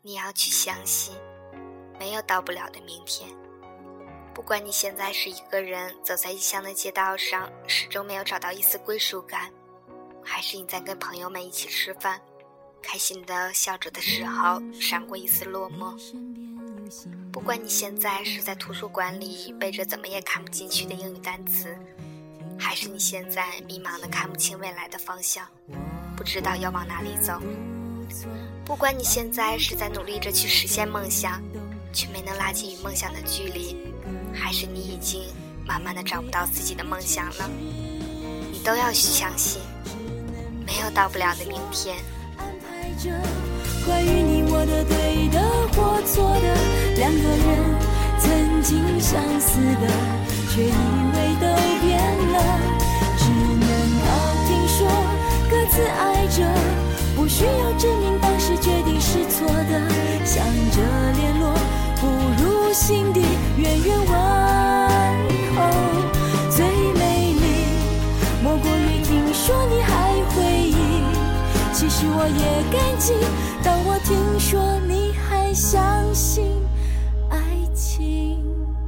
你要去相信，没有到不了的明天。不管你现在是一个人走在异乡的街道上，始终没有找到一丝归属感，还是你在跟朋友们一起吃饭，开心的笑着的时候闪过一丝落寞。不管你现在是在图书馆里背着怎么也看不进去的英语单词，还是你现在迷茫的看不清未来的方向，不知道要往哪里走。不管你现在是在努力着去实现梦想，却没能拉近与梦想的距离，还是你已经慢慢的找不到自己的梦想了，你都要去相信，没有到不了的明天。 关于你我的对的或错的，两个人曾经相似的，却以为都变了，只能靠听说各自爱着，不需要证明当时决定是错的，想着联络不如心底远远问候。最美丽莫过于听说你还回忆，其实我也感激，当我听说你还相信爱情。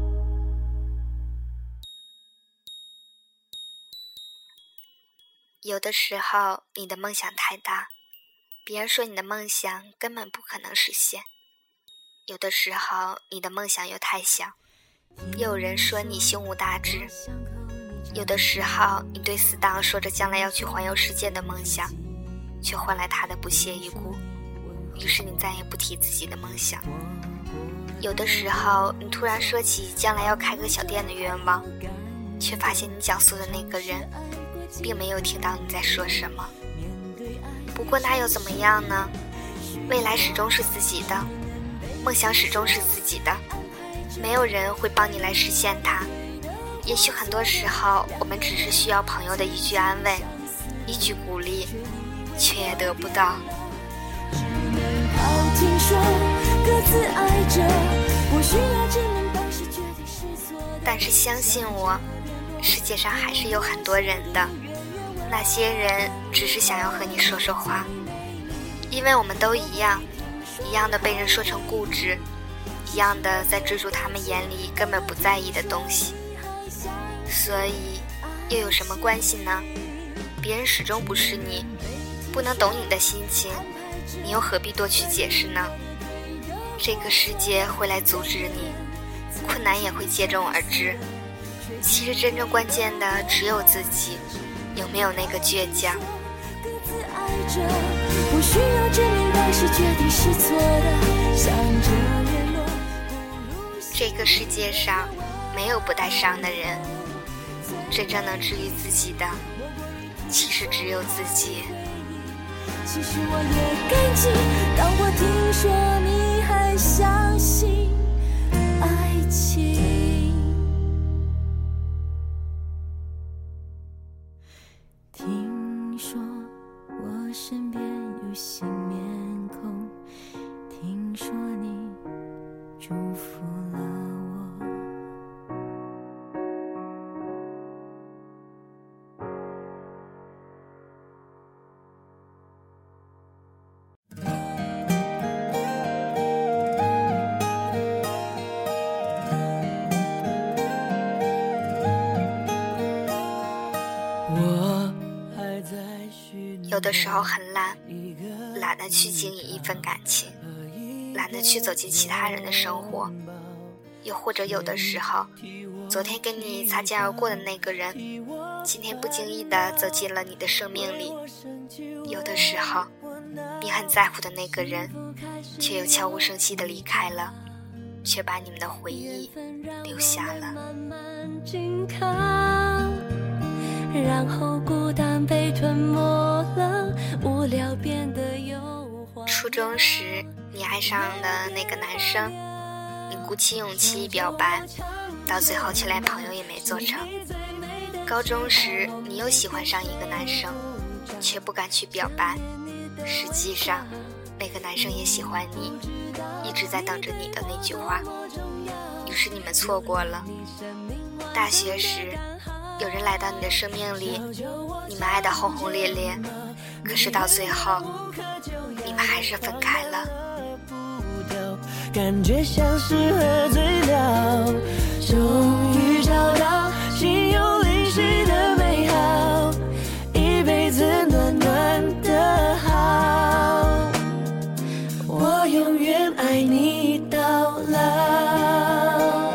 有的时候你的梦想太大，别人说你的梦想根本不可能实现。有的时候你的梦想又太小，又有人说你胸无大志。有的时候你对死党说着将来要去环游世界的梦想，却换来他的不屑一顾，于是你再也不提自己的梦想。有的时候你突然说起将来要开个小店的愿望，却发现你讲述的那个人并没有听到你在说什么。不过那又怎么样呢？未来始终是自己的，梦想始终是自己的，没有人会帮你来实现它。也许很多时候我们只是需要朋友的一句安慰，一句鼓励，却也得不到。 只能靠听说各自爱着，不需要证明当时决定是错的。 但是相信我，世界上还是有很多人的，那些人只是想要和你说说话，因为我们都一样，一样的被人说成固执，一样的在追逐他们眼里根本不在意的东西。所以又有什么关系呢？别人始终不是你，不能懂你的心情，你又何必多去解释呢？这个世界会来阻止你，困难也会接踵而至。其实真正关键的只有自己，有没有那个倔强。 各自爱着，不需要证明当时决定是错的，想着联络不如这个世界上没有不带伤的人，真正能治愈自己的其实只有自己。 其实我也感激，当我听说你还相信爱情。听说我身边有新面孔，听说你祝福了我。 有的时候很懒，懒得去经营一份感情，懒得去走进其他人的生活。又或者有的时候，昨天跟你擦肩而过的那个人，今天不经意地走进了你的生命里。有的时候，你很在乎的那个人，却又悄无声息地离开了，却把你们的回忆留下了。 然后孤单被吞没了，无聊变得忧患。 初中时你爱上的那个男生，你鼓起勇气表白，到最后却连朋友也没做成。高中时你又喜欢上一个男生，却不敢去表白，实际上那个男生也喜欢你，一直在等着你的那句话，于是你们错过了。大学时有人来到你的生命里，你们爱得轰轰烈烈，可是到最后你们还是分开了。 感觉像是喝醉了，终于找到心有灵犀的美好，一辈子暖暖的好，我永远爱你到老。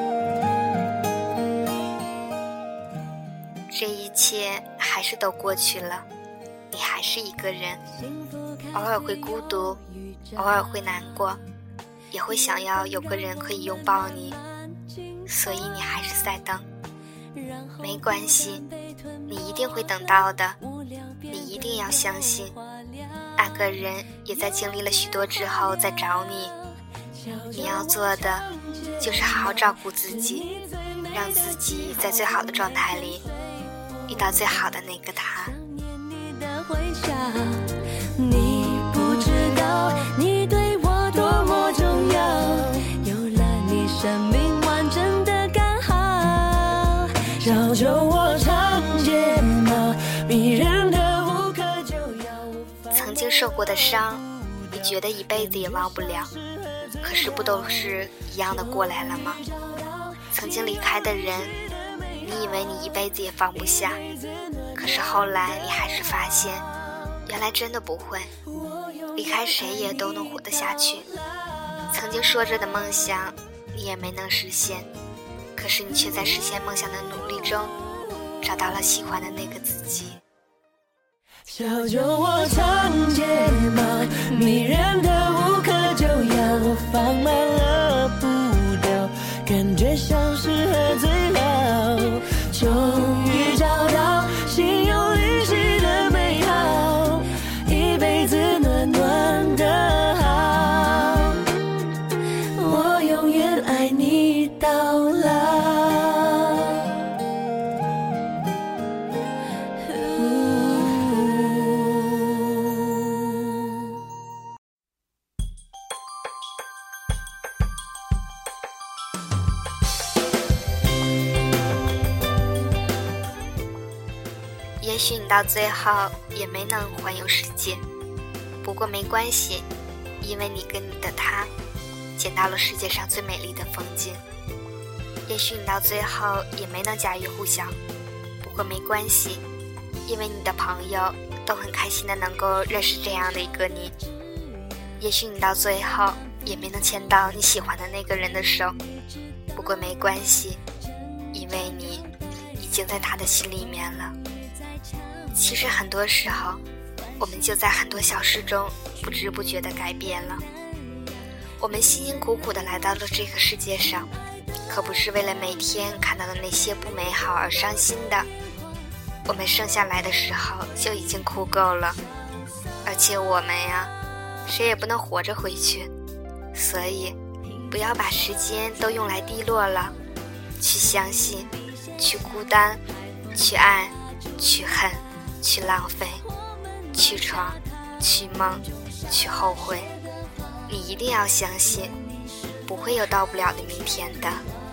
这一切还是都过去了，你还是一个人，偶尔会孤独，偶尔会难过，也会想要有个人可以拥抱你，所以你还是在等。没关系，你一定会等到的，你一定要相信，那个人也在经历了许多之后再找你。你要做的就是好好照顾自己，让自己在最好的状态里遇到最好的那个他。 你不知道你对我多么重要，有了你生命完整的刚好，小酒窝长睫毛，迷人的无可救药。 曾经受过的伤，你觉得一辈子也忘不了，可是不都是一样的过来了吗？曾经离开的人，你以为你一辈子也放不下，可是后来你还是发现，原来真的不会，离开谁也都能活得下去。曾经说着的梦想，你也没能实现，可是你却在实现梦想的努力中，找到了喜欢的那个自己。 小酒窝长睫毛，迷人的无可救药，放慢了步调，感觉像是喝醉了，终于找到心有灵犀的美好，一辈子暖暖的好，我永远爱你到老。 也许你到最后也没能环游世界，不过没关系，因为你跟你的他捡到了世界上最美丽的风景。也许你到最后也没能家喻户晓，不过没关系，因为你的朋友都很开心的能够认识这样的一个你。也许你到最后也没能牵到你喜欢的那个人的手，不过没关系，因为你已经在他的心里面了。其实很多时候，我们就在很多小事中不知不觉地改变了。我们辛辛苦苦地来到了这个世界上，可不是为了每天看到的那些不美好而伤心的。我们生下来的时候就已经哭够了，而且我们呀，谁也不能活着回去，所以不要把时间都用来低落了，去相信，去孤单，去爱，去恨，去浪费，去闯，去梦，去后悔。你一定要相信，不会有到不了的明天的。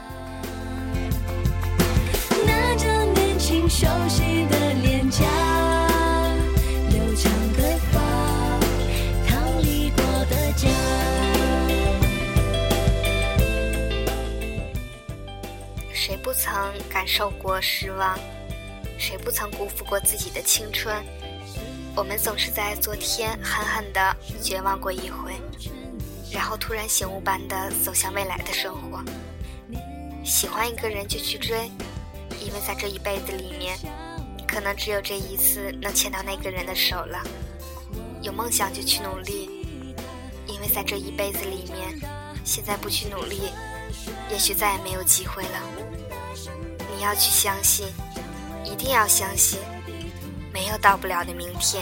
那张年轻熟悉的脸颊，留长的发，逃离过的家。 谁不曾感受过失望？谁不曾辜负过自己的青春？我们总是在昨天狠狠地绝望过一回，然后突然醒悟般地走向未来的生活。喜欢一个人就去追，因为在这一辈子里面，可能只有这一次能牵到那个人的手了。有梦想就去努力，因为在这一辈子里面，现在不去努力，也许再也没有机会了。你要去相信，一定要相信，没有到不了的明天。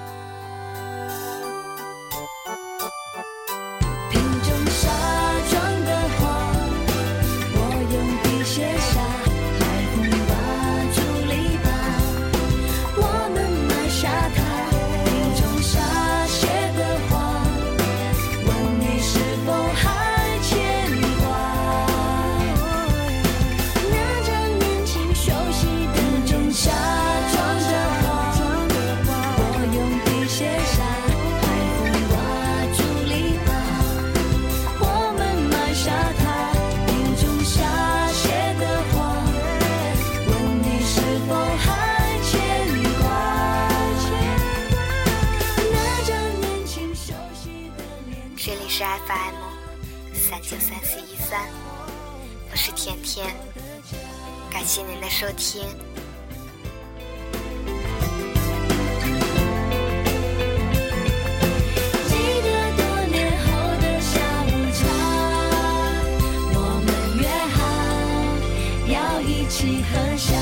瓶中沙装的花，我用笔写下，海风把竹篱笆，我们埋下它。瓶中沙写的话，问你是否还牵挂？那张年轻熟悉的中沙装的花，我用 413，我是甜甜，感谢您的收听。 记得多年后的下午茶，我们约好要一起喝下